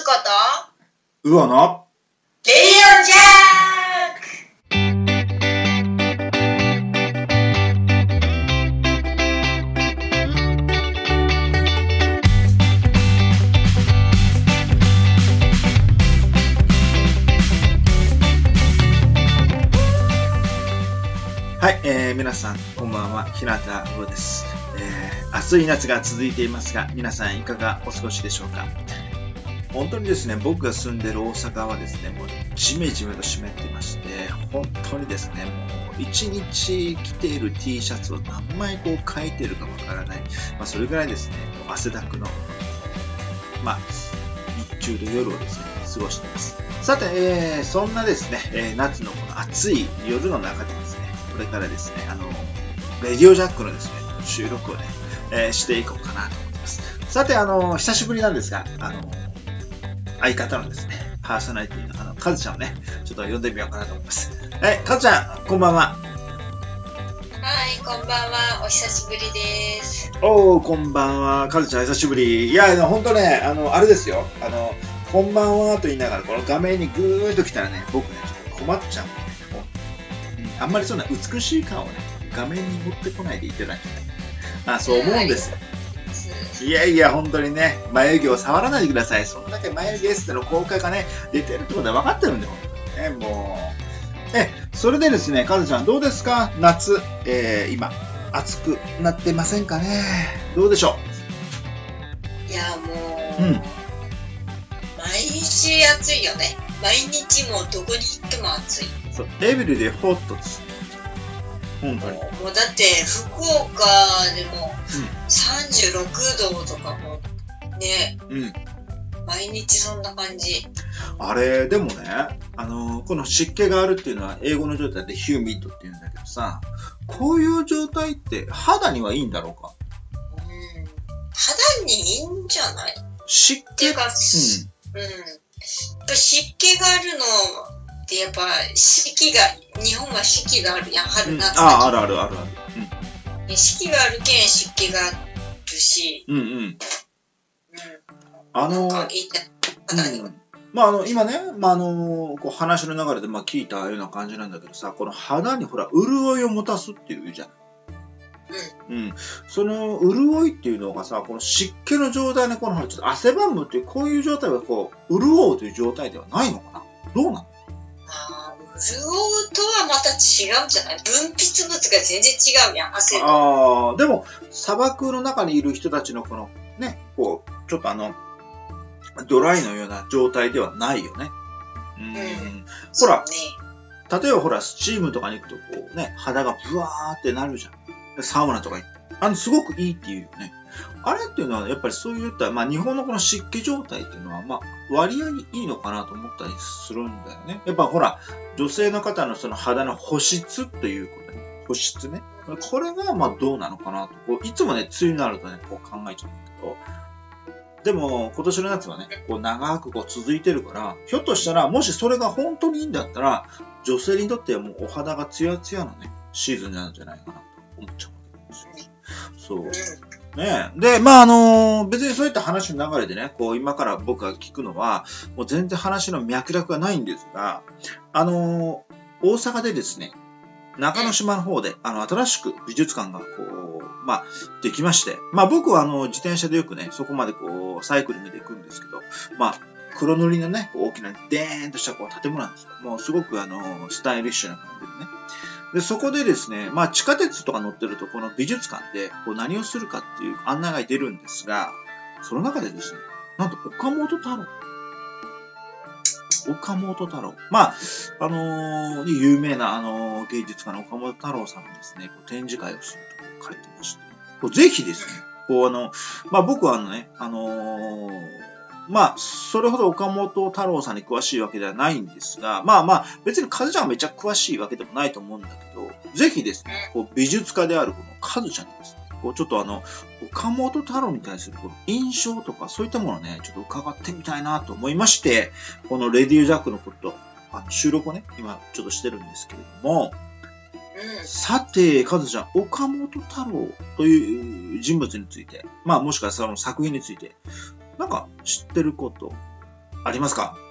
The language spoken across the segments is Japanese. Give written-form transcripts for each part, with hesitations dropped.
こと魚のレディオジャック。 はい、皆さんこんばんは、日向魚です。暑い夏が続いていますが、皆さんいかがお過ごしでしょうか。本当にですね、僕が住んでいる大阪はですね、もうジメジメと湿っていまして、本当にですね、もう一日着ている T シャツを何枚こう描いているかわからない、それぐらいですね、汗だくの、日中と夜をですね、過ごしています。さて、そんなですね、夏のこの暑い夜の中でですね、これからですね、レディオジャックのですね、収録をね、していこうかなと思っています。さて、久しぶりなんですが、相方のですね、パーソナリティのカズちゃんをね、ちょっと呼んでみようかなと思います。カズちゃん、こんばんは。 はい、こんばんは。お久しぶりです。 こんばんは。カズちゃん、久しぶり。いや、ほんとね、あれですよ。こんばんはと言いながら、この画面にぐーっと来たらね、僕ね、ちょっと困っちゃうんで、あんまりそんな美しい顔をね、画面に持ってこないでいただきたい。そう思うんですよ。いやいや、本当にね、眉毛を触らないでください。そんだけ眉毛エステの効果がね、出てるってことは分かってるんで、本当にね、もう。それでですね、カズちゃんどうですか？夏、今、暑くなってませんかね？どうでしょう？いや、もう、毎日暑いよね。毎日もうどこに行っても暑い。 そう、エブリデイホットです。本当に。 もうだって福岡でも36度とかもね、毎日そんな感じ。 あれでもね、この湿気があるっていうのは英語の状態でヒューミッドっていうんだけどさ、こういう状態って肌にはいいんだろうか？ 肌にいいんじゃない？ 湿気っていうか、やっぱ湿気があるのってやっぱ四季が、日本は四季があるやん、春夏秋。 ある。 四季があるけん湿気があるし。 今ね、こう話の流れで聞いたような感じなんだけどさ、この肌にほら潤いを持たすっていうじゃん。その潤いっていうのがさ、この湿気の状態でこのちょっと汗ばむっていうこういう状態はこう潤うという状態ではないのかな？どうなの？ 潤うとはまた違うんじゃない？分泌物が全然違うやん、汗と。 でも砂漠の中にいる人たちのこのね、こうちょっとドライのような状態ではないよね。ほら、例えばほらスチームとかに行くとこうね、肌がブワーってなるじゃん。サウナとか行って。すごくいいっていうよね。あれっていうのはやっぱりそういった、日本のこの湿気状態っていうのは、割合いいのかなと思ったりするんだよね。やっぱほら、女性の方のその肌の保湿ということね。保湿ね。これがどうなのかなと。こういつもね、梅雨になるとね、こう考えちゃうんだけど。でも、今年の夏はね、こう長くこう続いてるから、ひょっとしたら、もしそれが本当にいいんだったら、女性にとってはもうお肌がツヤツヤのね、シーズンなんじゃないかなと思っちゃうんですよ。そう。ねえ。で、別にそういった話の流れでね、こう今から僕が聞くのは、もう全然話の脈絡がないんですが、大阪でですね、中之島の方で、新しく美術館がこう、できまして、僕は自転車でよくね、そこまでこう、サイクリングで行くんですけど、黒塗りのね、大きなデーンとしたこう建物なんですよ。もうすごくスタイリッシュな感じでね。で、そこでですね、地下鉄とか乗ってると、この美術館でこう何をするかっていう案内が出るんですが、その中でですね、なんと岡本太郎。有名な芸術家の岡本太郎さんのですね、こう展示会をすると書いてまして、こうぜひですね、こう僕はそれほど岡本太郎さんに詳しいわけではないんですが、別にカズちゃんはめっちゃ詳しいわけでもないと思うんだけど、ぜひですね、こう美術家であるこのカズちゃんにですね、こうちょっと岡本太郎に対するこの印象とかそういったものをね、ちょっと伺ってみたいなと思いまして、このレディオジャックのこと、収録をね、今ちょっとしてるんですけれども、さて、カズちゃん、岡本太郎という人物について、もしくはその作品について、なんか知ってることありますか？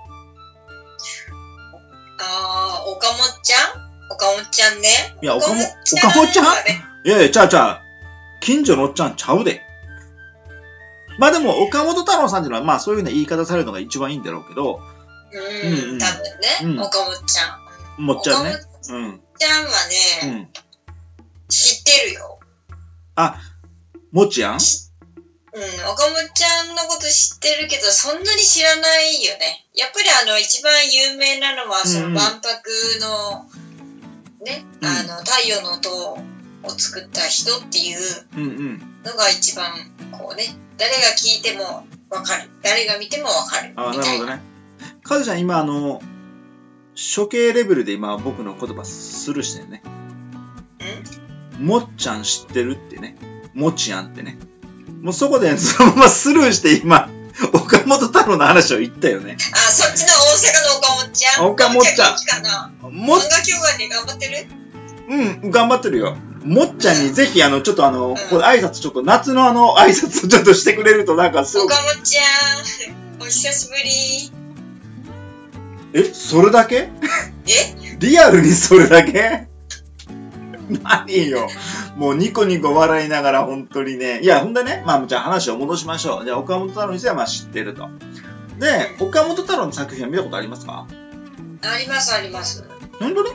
岡本ちゃんね。 いや、岡本ちゃんいやいや、ちゃう。近所のおっちゃんちゃうで。まあでも、岡本太郎さんっていうのは、まあそういうふうな言い方されるのが一番いいんだろうけど。 多分ね、岡本ちゃん。 もっちゃんね。 岡本ちゃんはね、知ってるよ。 あ、もっちゃん？ 岡本ちゃんのこと知ってるけど、そんなに知らないよね。やっぱり一番有名なのは、その万博の、ね、太陽の塔を作った人っていうのが一番、こうね、誰が聞いてもわかる。誰が見てもわかる。 なるほどね。カズちゃん、今、処刑レベルで今、僕の言葉スルーしてるね。もっちゃん知ってるってね。もちやんってね。もうそこでそのままスルーして今、岡本太郎の話を言ったよね。 そっちの大阪の岡本ちゃん。 岡本ちゃん。 漫画協会で頑張ってる？ 頑張ってるよ。もっちゃんにぜひ、ちょっとこれ挨拶ちょっと、夏の挨拶をちょっとしてくれるとなんかすごく。 岡本ちゃん、お久しぶり。 それだけ？リアルにそれだけ？何よ。もうニコニコ笑いながら本当にね。いや、ほんでね、まあじゃあ話を戻しましょう。じゃあ岡本太郎についてはまあ知ってると。で、岡本太郎の作品は見たことありますか？ あります。 本当に？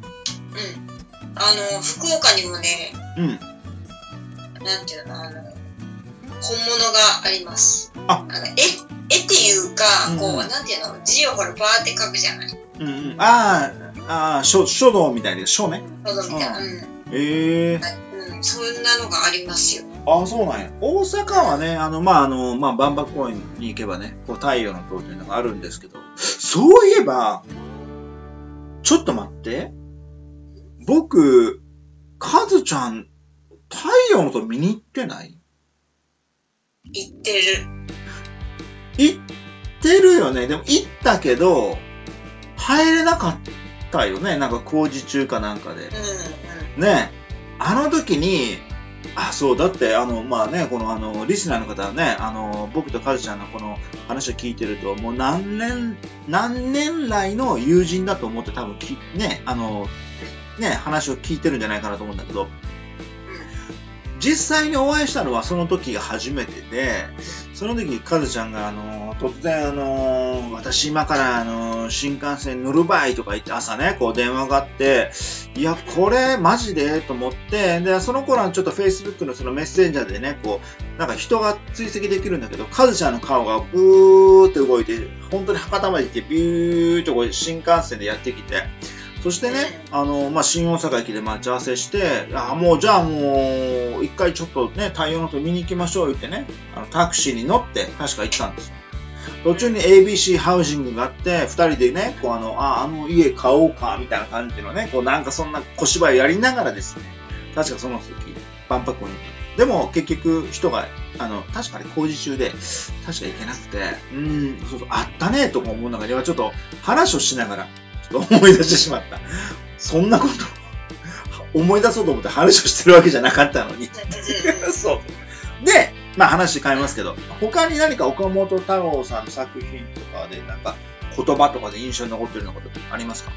福岡にもね、なんていうの、本物があります。絵っていうか、こう、なんていうの、字をほら、バーって書くじゃない。 書道みたいな、書ね。 書道みたいな。そんなのがありますよ。 そうなんや。大阪はね、万博公園に行けばね、こう、太陽の塔というのがあるんですけど、そういえば、ちょっと待って。僕、カズちゃん、太陽の塔見に行ってない？ 行ってる。 行ってるよね。でも行ったけど、入れなかったよね。なんか工事中かなんかで。ね、あの時に、そう、だって、まあね、このリスナーの方はね、僕とカズちゃんのこの話を聞いてると、もう何年来の友人だと思って多分話を聞いてるんじゃないかなと思うんだけど、実際にお会いしたのはその時が初めてで、その時カズちゃんが突然私今から新幹線乗るばいとか言って朝ね、こう電話があって、いや、これマジでと思って、で、その頃はちょっと Facebook のそのメッセンジャーでね、こう、なんか人が追跡できるんだけど、カズちゃんの顔がブーって動いて、本当に博多まで行ってビューっとこう新幹線でやってきて、そしてね、新大阪駅で待ち合わせして、じゃあもう、一回ちょっとね、太陽の塔見に行きましょう言ってね、タクシーに乗って、確か行ったんですよ。途中に ABC ハウジングがあって、二人でね、こう家買おうか、みたいな感じのね、こうなんかそんな小芝居やりながらですね、確かその時、万博に行った。でも、結局、人が、確かに工事中で、確か行けなくて、そう、あったね、とか思う中では、ちょっと話をしながら、思い出してしまった。そんなこと思い出そうと思って話をしてるわけじゃなかったのに。そう。で、話変えますけど、他に何か岡本太郎さんの作品とかで、なんか言葉とかで印象に残ってるようなことありますか？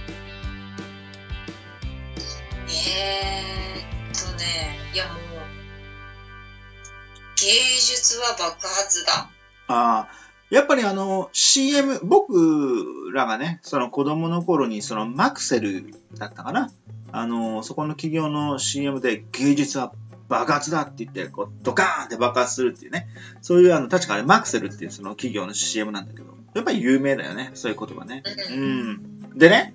いやもう、芸術は爆発だ。 やっぱりCM、僕らがね、その子供の頃にそのマクセルだったかな。そこの企業の CM で芸術は爆発だって言って、こう、ドカーンって爆発するっていうね。そういう確かあれマクセルっていうその企業の CM なんだけど、やっぱり有名だよね。そういう言葉ね。でね、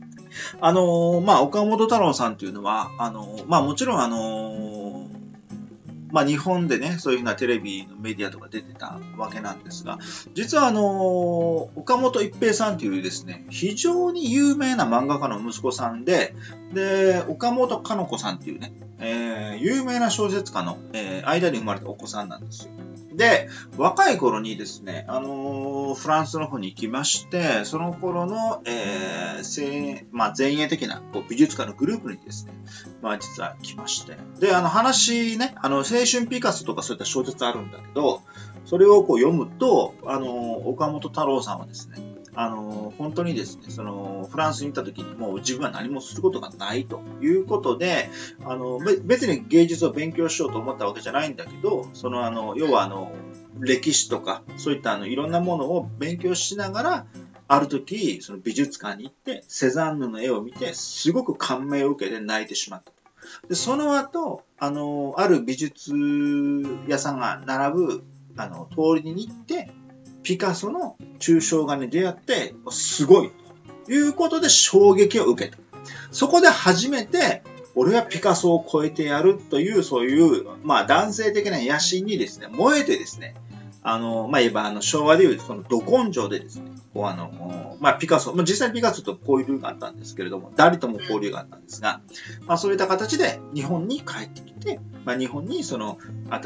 岡本太郎さんっていうのは、もちろん日本でね、そういうふうなテレビのメディアとか出てたわけなんですが、実は岡本一平さんというですね、非常に有名な漫画家の息子さんで、岡本かの子さんっていうね、有名な小説家の、間に生まれたお子さんなんですよ。で、若い頃にですね、フランスの方に行きまして、その頃の、前衛的な美術家のグループにですね、実は来まして。で、話ね、青春ピカソとかそういった小説あるんだけど、 それをこう読むと、岡本太郎さんはですね、本当にですね、フランスに行った時にもう自分は何もすることがないということで、別に芸術を勉強しようと思ったわけじゃないんだけど、要は歴史とか、そういったいろんなものを勉強しながら、ある時、その美術館に行って、セザンヌの絵を見て、すごく感銘を受けて泣いてしまった。で、その後、ある美術屋さんが並ぶ、通りに行って、ピカソの抽象画に出会って、すごいということで衝撃を受けた。そこで初めて、俺はピカソを超えてやるという、そういう、男性的な野心にですね、燃えてですね、言えば、昭和でいう、その、ど根性でですね、ピカソ、実際にピカソと交流があったんですけれども、誰とも交流があったんですが、そういった形で日本に帰ってきて、日本に新しいヨ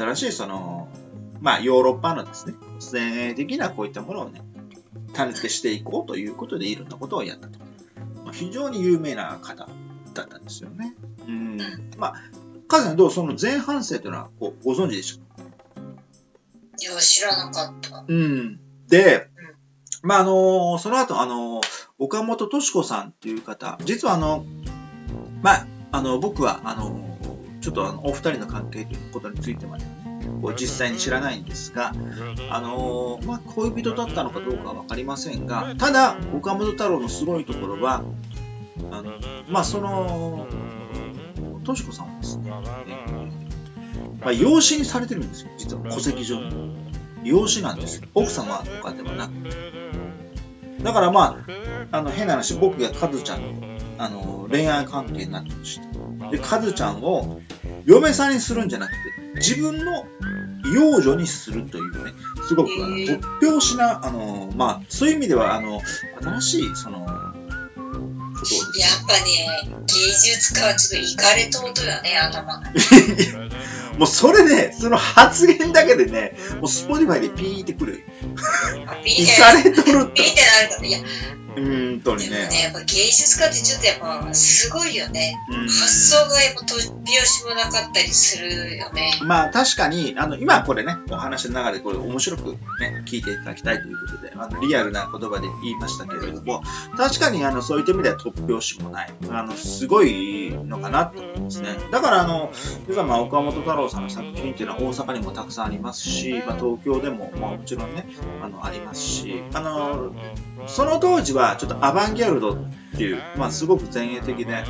ーロッパのですね、前衛的なこういったものをね、種付けしていこうということでいろんなことをやったと。非常に有名な方だったんですよね。カズさんどうその前半生というのはご存知でしょうか？ いや、知らなかった。 で、その後、岡本敏子さんっていう方、実は僕は、ちょっとお二人の関係ということについてまで、実際に知らないんですが、恋人だったのかどうかはわかりませんが、ただ、岡本太郎のすごいところは、敏子さんはですね、養子にされてるんですよ、実は戸籍上に。養子なんですよ。奥様とかではなくて。だから変な話、僕がカズちゃんの、恋愛関係になったとして。で、カズちゃんを嫁さんにするんじゃなくて、自分の養女にするというね、すごく突拍子な、そういう意味では、新しい、ことをですね。 やっぱね、芸術家はちょっとイカれとうとよね、頭が。 もうそれね、その発言だけでね、もうスポティファイでピーってくる。イカれとるって。 ピーってなるから、いや、 とにね。 でもね、やっぱ芸術家ってちょっとやっぱすごいよね。発想がやっぱ突拍子もなかったりするよね。 確かに、今これね、お話の中でこれ面白くね、聞いていただきたいということで、リアルな言葉で言いましたけれども、確かにそういった意味では突拍子もない、すごいのかなと思いますね。だから実は岡本太郎さんの作品っていうのは大阪にもたくさんありますし、東京でももちろんね、ありますし、その当時はちょっとアバンギャルドっていう、すごく前衛的で、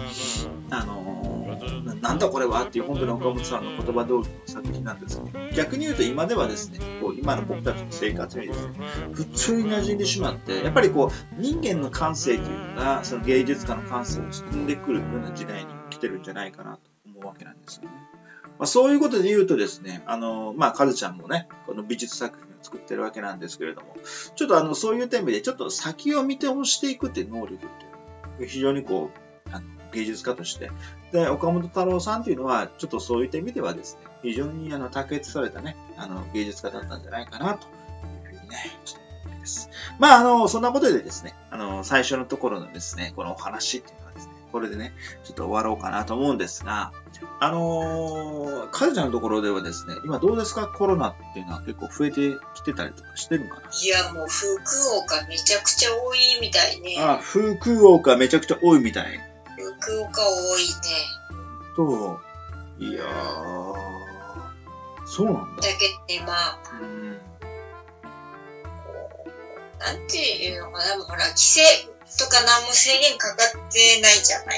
なんだこれはっていう本当に岡本さんの言葉通りの作品なんですけど、逆に言うと今ではですね、今の僕たちの生活にですね、普通に馴染んでしまって、やっぱり人間の感性というのが、その芸術家の感性を包んでくるような時代に来てるんじゃないかなと思うわけなんですよね。そういうことで言うとですね、カズちゃんもね、この美術作品を作ってるわけなんですけれども、ちょっとそういう点で、ちょっと先を見て押していくっていう能力っていうのは、非常に芸術家として。で、岡本太郎さんというのは、ちょっとそういった意味ではですね、非常に卓越されたね、芸術家だったんじゃないかな、というふうにね、ちょっと思います。そんなことでですね、最初のところのですね、このお話っていうのはですね、これでね、ちょっと終わろうかなと思うんですが、カズちゃんのところではですね、今どうですか？コロナっていうのは結構増えてきてたりとかしてるのかな？ いや、もう福岡めちゃくちゃ多いみたいね。 福岡めちゃくちゃ多いみたい。 福岡多いね。 いやー、そうなんだ。 だけどね、なんていうのかな、もうほら、規制とか何も制限かかってないじゃない。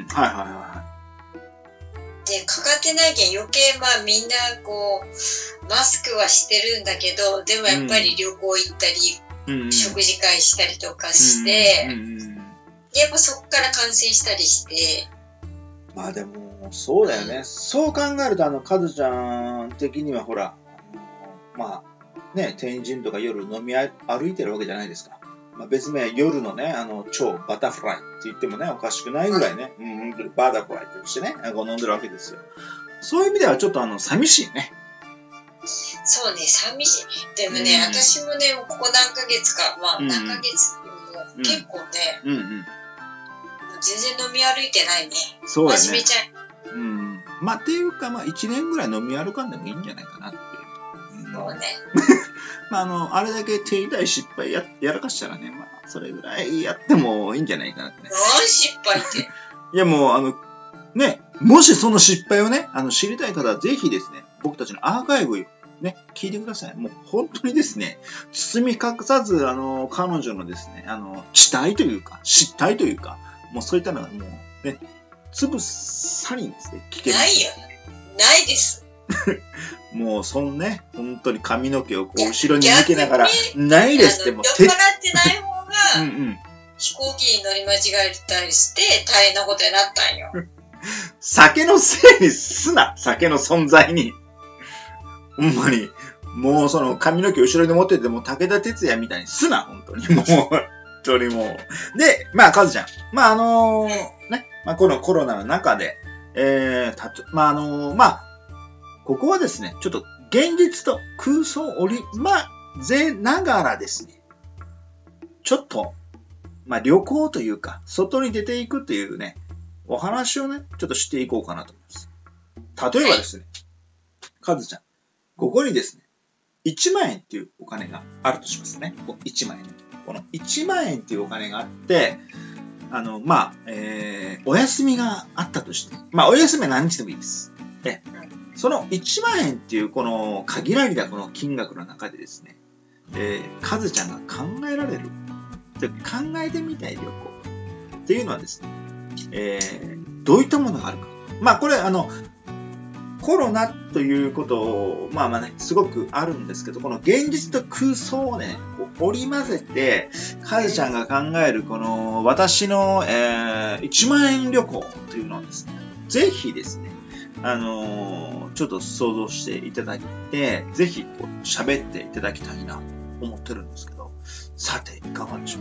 で、かかってないけん余計みんなマスクはしてるんだけど、でもやっぱり旅行行ったり、食事会したりとかして、やっぱそこから感染したりして。 でも、そうだよね。そう考えると、カズちゃん的にはほら、天神とか夜飲み歩いてるわけじゃないですか。別名、夜のね、超バタフライって言ってもね、おかしくないぐらいね、バタフライとしてね、飲んでるわけですよ。そういう意味ではちょっと寂しいね。 そうね、寂しい。でもね、私もね、ここ何ヶ月か、何ヶ月も結構ね、全然飲み歩いてないね。 そうだね。 真面目ちゃう。 っていうか、1年ぐらい飲み歩かんでもいいんじゃないかなっていう。 そうね。 あれだけ手痛い失敗やらかしたらね、それぐらいやってもいいんじゃないかなってね。 失敗って。 いやもう、ね、もしその失敗をね、知りたい方はぜひですね、僕たちのアーカイブね、聞いてください。もう本当にですね、包み隠さず、彼女のですね、期待というか、失態というか、もうそういったのがもうね、つぶさにですね、聞ける。 ないよ。ないです。 もうね、本当に髪の毛をこう後ろに向けながら、ないですってもう酔っ払ってない方が、飛行機に乗り間違えたりして大変なことになったんよ。 酒のせいにすな、酒の存在に。ほんまに。もうその髪の毛後ろに持ってても武田鉄矢みたいにすな、本当に。もう、本当にもう。で、カズちゃん。ね、このコロナの中で、ここはですね、ちょっと現実と空想を織り交ぜながらですね、ちょっと、旅行というか、外に出ていくというね、お話をね、ちょっとしていこうかなと思います。例えばですね、カズちゃん、ここにですね、1万円っていうお金があるとしますね。1万円。この1万円っていうお金があって、お休みがあったとして、お休みは何日でもいいです。その1万円っていうこの限られたこの金額の中でですね、カズちゃんが考えられる、考えてみたい旅行っていうのはですね、どういったものがあるか。これコロナということを、すごくあるんですけど、この現実と空想をね、織り交ぜて、カズちゃんが考えるこの私の、1万円旅行というのをですね、ぜひですね、ちょっと想像していただいて、ぜひ喋っていただきたいなと思ってるんですけど、さて、いかがでしょう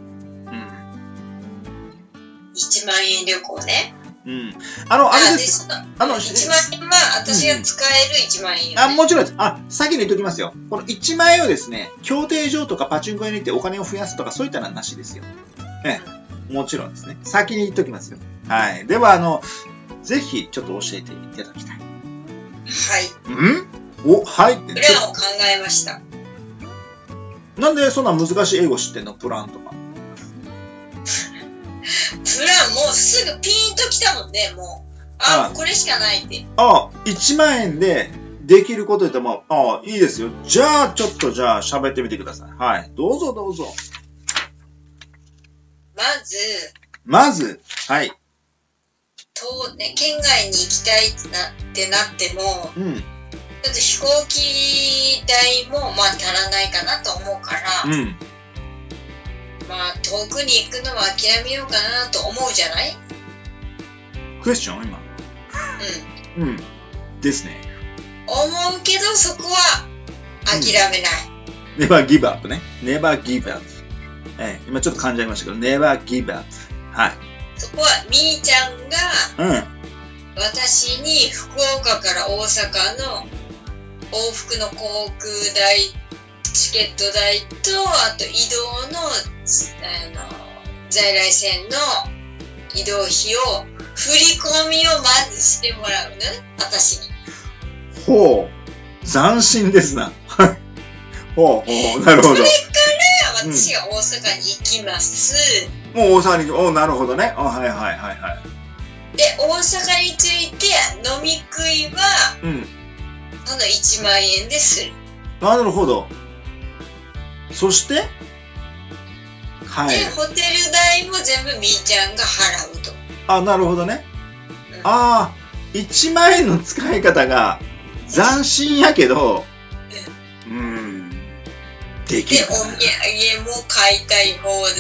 ？1万円旅行ね。 あれです。 1万円は私が使える1万円よね。 もちろんです。先に言っておきますよ。この1万円をですね、競艇場とかパチンコ屋に行ってお金を増やすとかそういったのはなしですよ。もちろんですね。先に言っておきますよ。はい。では、ぜひちょっと教えていただきたい。 はい。 はいって。 プランを考えました。 なんでそんな難しい英語知ってんの？プランとか。 プランもうすぐピーンときたもんね、もう。これしかないって。 1万円でできること言ったら、いいですよ。じゃあ、喋ってみてください。はい。どうぞどうぞ。 まず、 はい。 県外に行きたいってなっても、ちょっと飛行機代も足らないかなと思うから、遠くに行くのは諦めようかなと思うじゃない？ クエスチョン今。ですね。 思うけどそこは諦めない。 never give up ね。never give up。今ちょっと噛んじゃいましたけど、never give up。はい。 そこはみーちゃんが、私に福岡から大阪の往復の航空代、チケット代と、あと移動の在来線の移動費を振り込みをまずしてもらうね、私に。 斬新ですな。なるほど。 それから私が大阪に行きます。 もう大阪に、なるほどね。で、 大阪について飲み食いは、その1万円でする。 なるほど。そして、 で、ホテル代も全部みーちゃんが払うと。 なるほどね。1万円の使い方が斬新やけど、できる。 で、お土産も買いたい放題。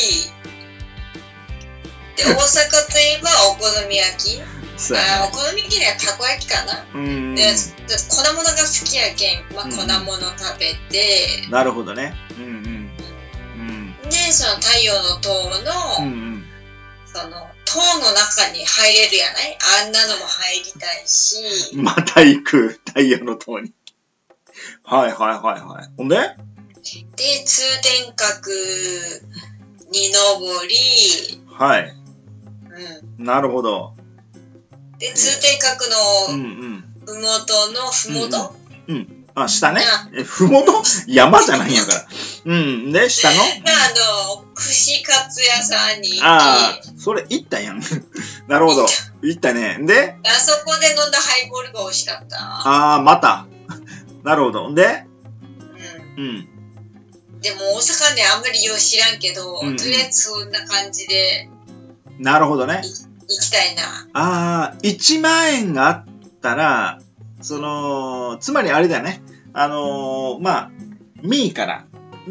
で、大阪といえばお好み焼き。お好み焼きにはたこ焼きかな。で、粉物が好きやけん、粉物食べて。 なるほどね。 で、その太陽の塔の、その塔の中に入れるやない？あんなのも入りたいし。 また行く、太陽の塔に。ほんで？ で、通天閣に登り。なるほど。で、通天閣のふもとのふもとあ、下ね。ふもと山じゃないんやから。うん。で、下の串カツ屋さんに行き。 ああ、それ行ったやん。なるほど。行ったね。であそこで飲んだハイボールが美味しかった。 ああ、また。なるほど。でうん。 でも大阪ね、あんまりよう知らんけど、とりあえずそんな感じで。 なるほどね。 行きたいな。 ああ、1万円があったら、つまりあれだよね。まあ、ミーから、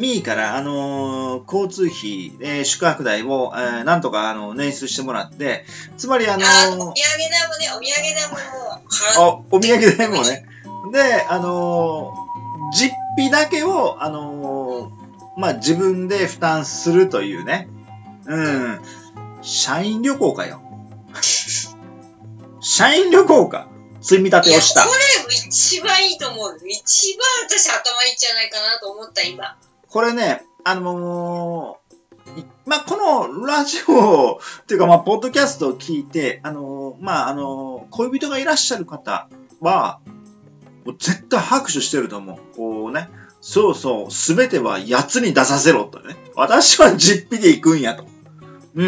交通費、宿泊代を、なんとか、捻出してもらって、つまりお土産代もね、 お土産代もね。で、実費だけを、まあ、自分で負担するというね。うん。社員旅行かよ。社員旅行か。積み立てをした。 これ一番いいと思う。一番私頭いいんじゃないかなと思った今。 これね、まあ、このラジオっていうか、まあ、ポッドキャストを聞いて、まあ、恋人がいらっしゃる方は、もう絶対拍手してると思う。こうね、そうそう、すべてはやつに出させろとね。私は実費で行くんやと。うん。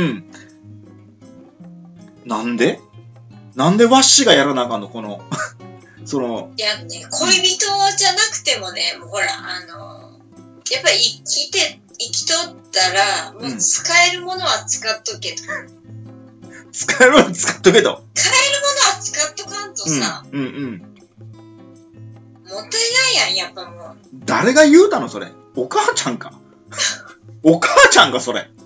なんでわっしがやらなあかんのこの、 いやね、恋人じゃなくてもね、もうほら、やっぱり生きとったら、もう使えるものは使っとけと。 使えるものは使っとけと。 使えるものは使っとかんとさ、もったいないやん、やっぱもう。 誰が言うたのそれ。お母ちゃんか。お母ちゃんか、それ。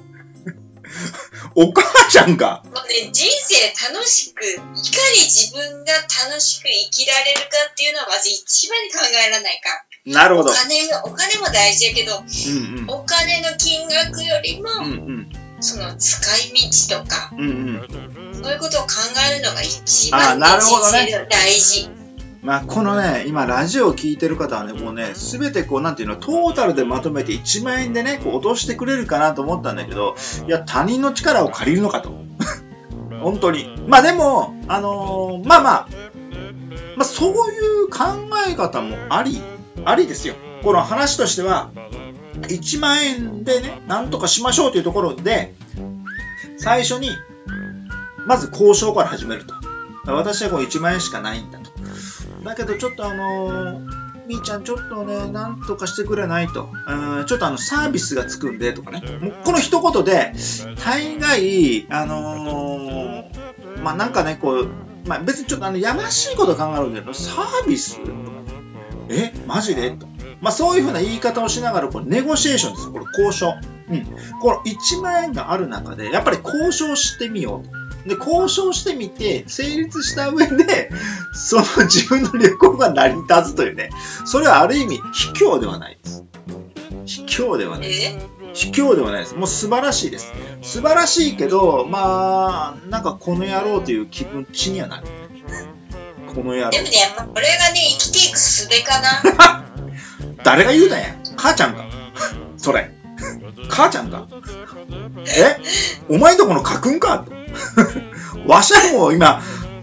お母ちゃんか。 もうね、人生楽しく、いかに自分が楽しく生きられるかっていうのはまず一番に考えられないか。 なるほど。 お金も大事やけど、お金の金額よりも、その使い道とか、そういうことを考えるのが一番人生で大事。 まあ、このね、今、ラジオを聞いてる方はね、もうね、すべてこう、なんていうの、トータルでまとめて1万円でね、こう、落としてくれるかなと思ったんだけど、いや、他人の力を借りるのかと。本当に。まあでも、まあ、そういう考え方もありですよ。この話としては、1万円でね、なんとかしましょうというところで、最初に、まず交渉から始めると。私はこう1万円しかないんだと。だけどちょっとみーちゃんちょっとね、なんとかしてくれないと。ちょっとサービスがつくんでとかね。もうこの一言で、大概、まあなんかね、こう、まあ別にちょっとやましいこと考えるんだけど、サービスマジでと。まあそういうふうな言い方をしながら、これネゴシエーションですよ。これ交渉。この1万円がある中で、やっぱり交渉してみようと。で、交渉してみて、成立した上で、その自分の旅行が成り立つというね。それはある意味、卑怯ではないです。卑怯ではないです。もう素晴らしいです。素晴らしいけど、まあ、なんかこの野郎という気持ちにはなる。この野郎。 でもね、これがね、生きていく術かな。 誰が言うたんや。母ちゃんか。それ。母ちゃんか。お前んとこの家訓か。わしゃもう今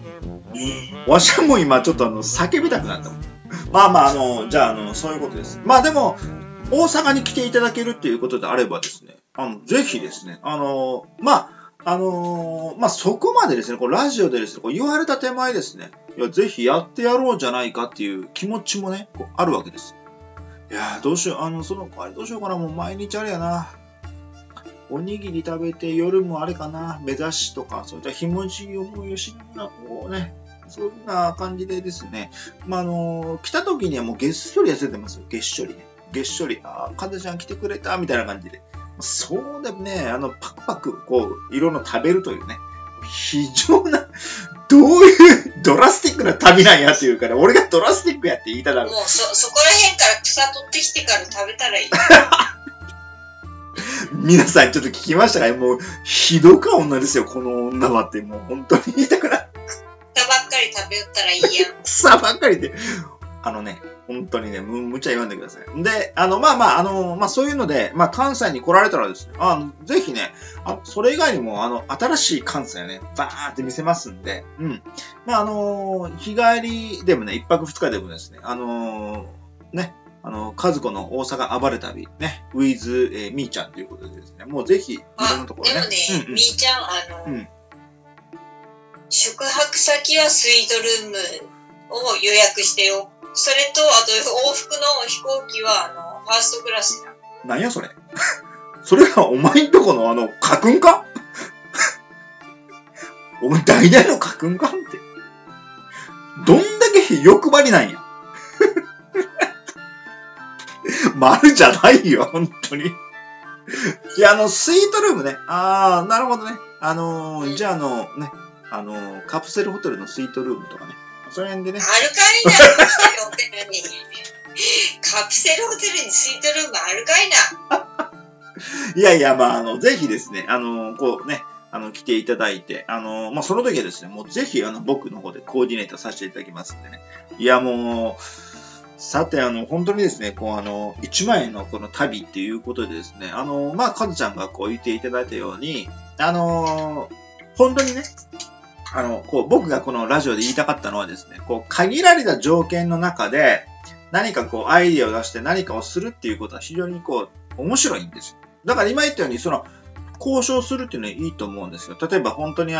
ちょっと叫びたくなったもん。まあ、じゃあ、そういうことです。まあでも、大阪に来ていただけるっていうことであればですね、ぜひですね、まあ、そこまでですね、こうラジオでですね、こう言われた手前ですね、いや、ぜひやってやろうじゃないかっていう気持ちもね、こうあるわけです。いやどうしよう、その代わりどうしようかな、もう毎日あれやな。おにぎり食べて夜もあれかな、目指しとか、そういったひもじい思いをしながら、こうね、そういうような感じでですね、まあ、来た時にはもうげっそり痩せてますよ、げっしょりね。げっしょり、かずちゃん来てくれた、みたいな感じで。そうでね、パクパク、こう、いろんな食べるというね、非常な、どういうドラスティックな旅なんやっていうから、俺がドラスティックやって言いたら。 もうそこら辺から草取ってきてから食べたらいい。 皆さんちょっと聞きましたか？もう、ひどか女ですよ、この女はって、もう本当に言いたくない。 草ばっかり食べよったらいいやん。 草ばっかりって。 本当にね、無茶言わんでください。で、そういうので、関西に来られたらですね、ぜひね、それ以外にも、新しい関西をね、バーって見せますんで、日帰りでもね、一泊二日でもですね、和子の大阪暴れ旅、ね、with、みーちゃんということでですね、もうぜひ、いろんなところね。 でもね、みーちゃん、宿泊先はスイートルームを予約してよ。それと、あと往復の飛行機は、ファーストクラスや。 なんやそれ。それはお前んとこの家訓かお前代々の家訓かって。どんだけ欲張りなんや。丸じゃないよ、本当に。いや、スイートルームね。なるほどね。じゃあカプセルホテルのスイートルームとかね。その辺でね。 あるかいな、カプセルホテルに。カプセルホテルにスイートルームあるかいな。 いやいや、ぜひですね、来ていただいて、その時はですね、もうぜひ、僕の方でコーディネートさせていただきますんでね。いや、もう、さて、本当にですね、1万円のこの旅っていうことでですね、かずちゃんが言っていただいたように、本当にね、僕がこのラジオで言いたかったのはですね、限られた条件の中で、何かアイディアを出して何かをするっていうことは非常に面白いんですよ。だから今言ったように、交渉するっていうのはいいと思うんですよ。例えば本当に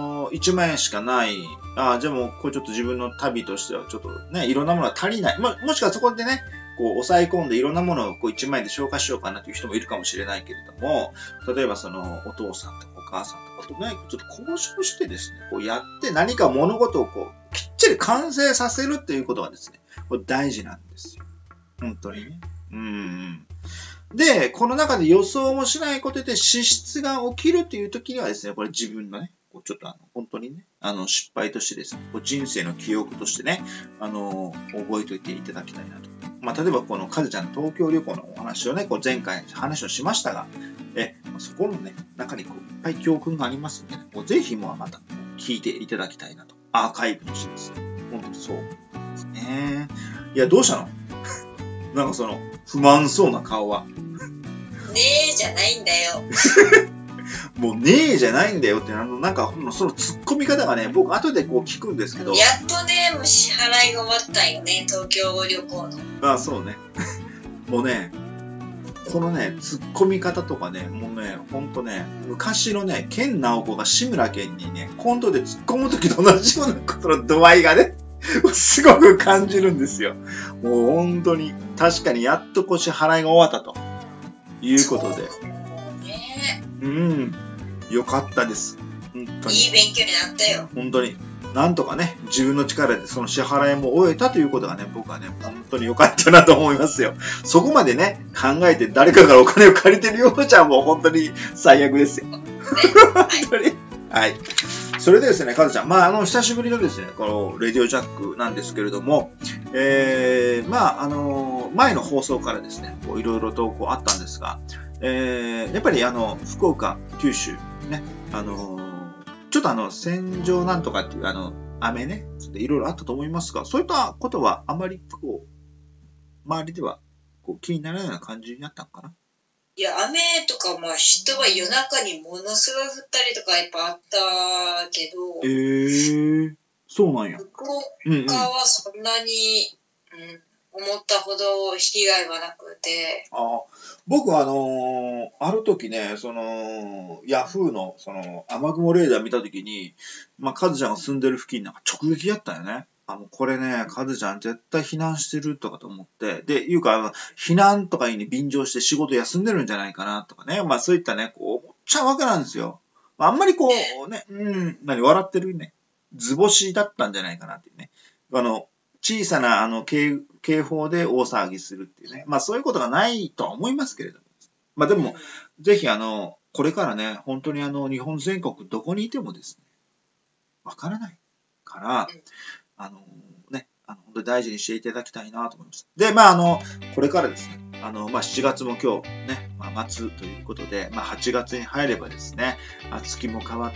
1万円しかない、じゃあもうちょっと自分の旅としてはちょっとね、いろんなものが足りない。もしくはそこでね、抑え込んでいろんなものを1万円で消化しようかなという人もいるかもしれないけれども、例えばお父さんとかお母さんとかとね、ちょっと交渉してですね、やって何か物事をきっちり完成させるっていうことがですね、これ大事なんですよ。本当にね。で、この中で予想もしないことで支出が起きるという時にはですね、これ自分のね、ちょっと本当にね、失敗としてですね、人生の記憶としてね、覚えておいていただきたいなと。例えばかずちゃんの東京旅行のお話をね、前回話をしましたが、そこのね、中にいっぱい教訓がありますんでね、ぜひまた聞いていただきたいなと。アーカイブとしてですね。本当にそうですね。いや、どうしたのなんか不満そうな顔は。 ねえじゃないんだよ。 もうねえじゃないんだよって、なんかその突っ込み方がね、僕後で聞くんですけど。 やっとね、もう支払いが終わったんよね、東京旅行の。 そうね。もうね、このね、突っ込み方とかね、もうね、ほんとね、昔のね、健直子が志村けんにね、コントで突っ込むときと同じようなことの度合いがね、すごく感じるんですよ。もう本当に、確かにやっと支払いが終わったということで。よかったです。本当に。 いい勉強になったよ。 本当に。なんとかね、自分の力でその支払いも終えたということがね、僕はね、本当に良かったなと思いますよ。そこまでね、考えて誰かからお金を借りてるようじゃもう本当に最悪ですよ。本当に。はい。それでですね、かずちゃん、久しぶりのですね、このレディオジャックなんですけれども、前の放送からですね、いろいろとあったんですが、やっぱり福岡、九州、ね、ちょっと戦場なんとかっていう雨ね、ちょっといろいろあったと思いますが、そういったことはあまり周りでは気にならないような感じになったのかな。 いや、雨とか人は夜中にものすごい降ったりとかやっぱあったけど、 そうなんや。 福岡はそんなに、思ったほど被害はなくて。 僕はある時ね、ヤフーの雨雲レーダー見た時に、カズちゃんが住んでる付近なんか直撃やったよね。これね、カズちゃん絶対避難してるとかと思って、で、避難とかに便乗して仕事休んでるんじゃないかなとかね、そういったね、思っちゃうわけなんですよ。あんまり笑ってるね、図星だったんじゃないかなっていうね。小さな警報で大騒ぎするっていうね。そういうことがないとは思いますけれども。でも、ぜひこれからね、本当に日本全国どこにいてもですね、わからないから、本当に大事にしていただきたいなと思います。で、これからですね、7月も今日ね、末ということで、8月に入ればですね、月も変わって、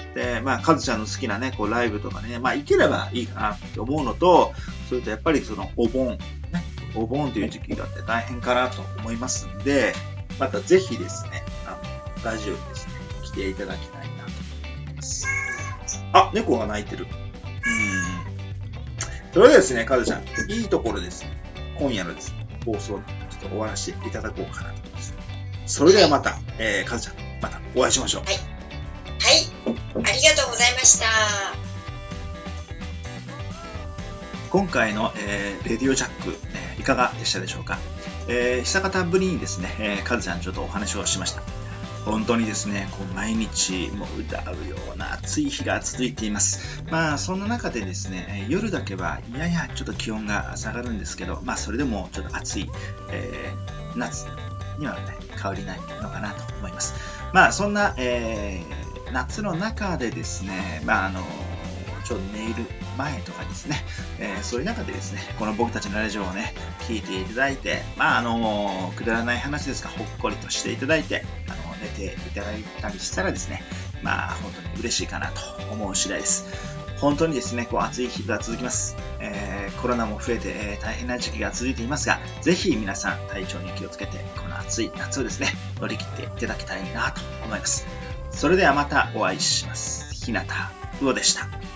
カズちゃんの好きなね、ライブとかね、行ければいいかなって思うのと、それとやっぱりお盆、ね、 お盆という時期があって大変かなと思いますんで、またぜひですね、ラジオにですね、来ていただきたいなと思います。あ、猫が鳴いてる。それではですね、カズちゃん、いいところですね、今夜のですね、放送ちょっと終わらせていただこうかなと思います。それではまた、カズちゃん、またお会いしましょう。 はい。はい。ありがとうございました。 今回の、レディオジャック、いかがでしたでしょうか。久方ぶりにですね、カズちゃんちょっとお話をしました。本当にですね、こう毎日もう歌うような暑い日が続いています。まあそんな中でですね、夜だけはややちょっと気温が下がるんですけど、まあそれでもちょっと暑い、夏にはね、変わりないのかなと思います。まあそんな、夏の中でですね、まあちょっと寝る前とかですね、そういう中でですね、この僕たちのラジオをね、聞いていただいて、まあくだらない話ですが、ほっこりとしていただいて、寝ていただいたりしたらですね、まあ本当に嬉しいかなと思う次第です。本当にですね、こう暑い日が続きます。コロナも増えて、大変な時期が続いていますが、ぜひ皆さん体調に気をつけて、この暑い夏をですね、乗り切っていただきたいなと思います。それではまたお会いします。日向魚でした。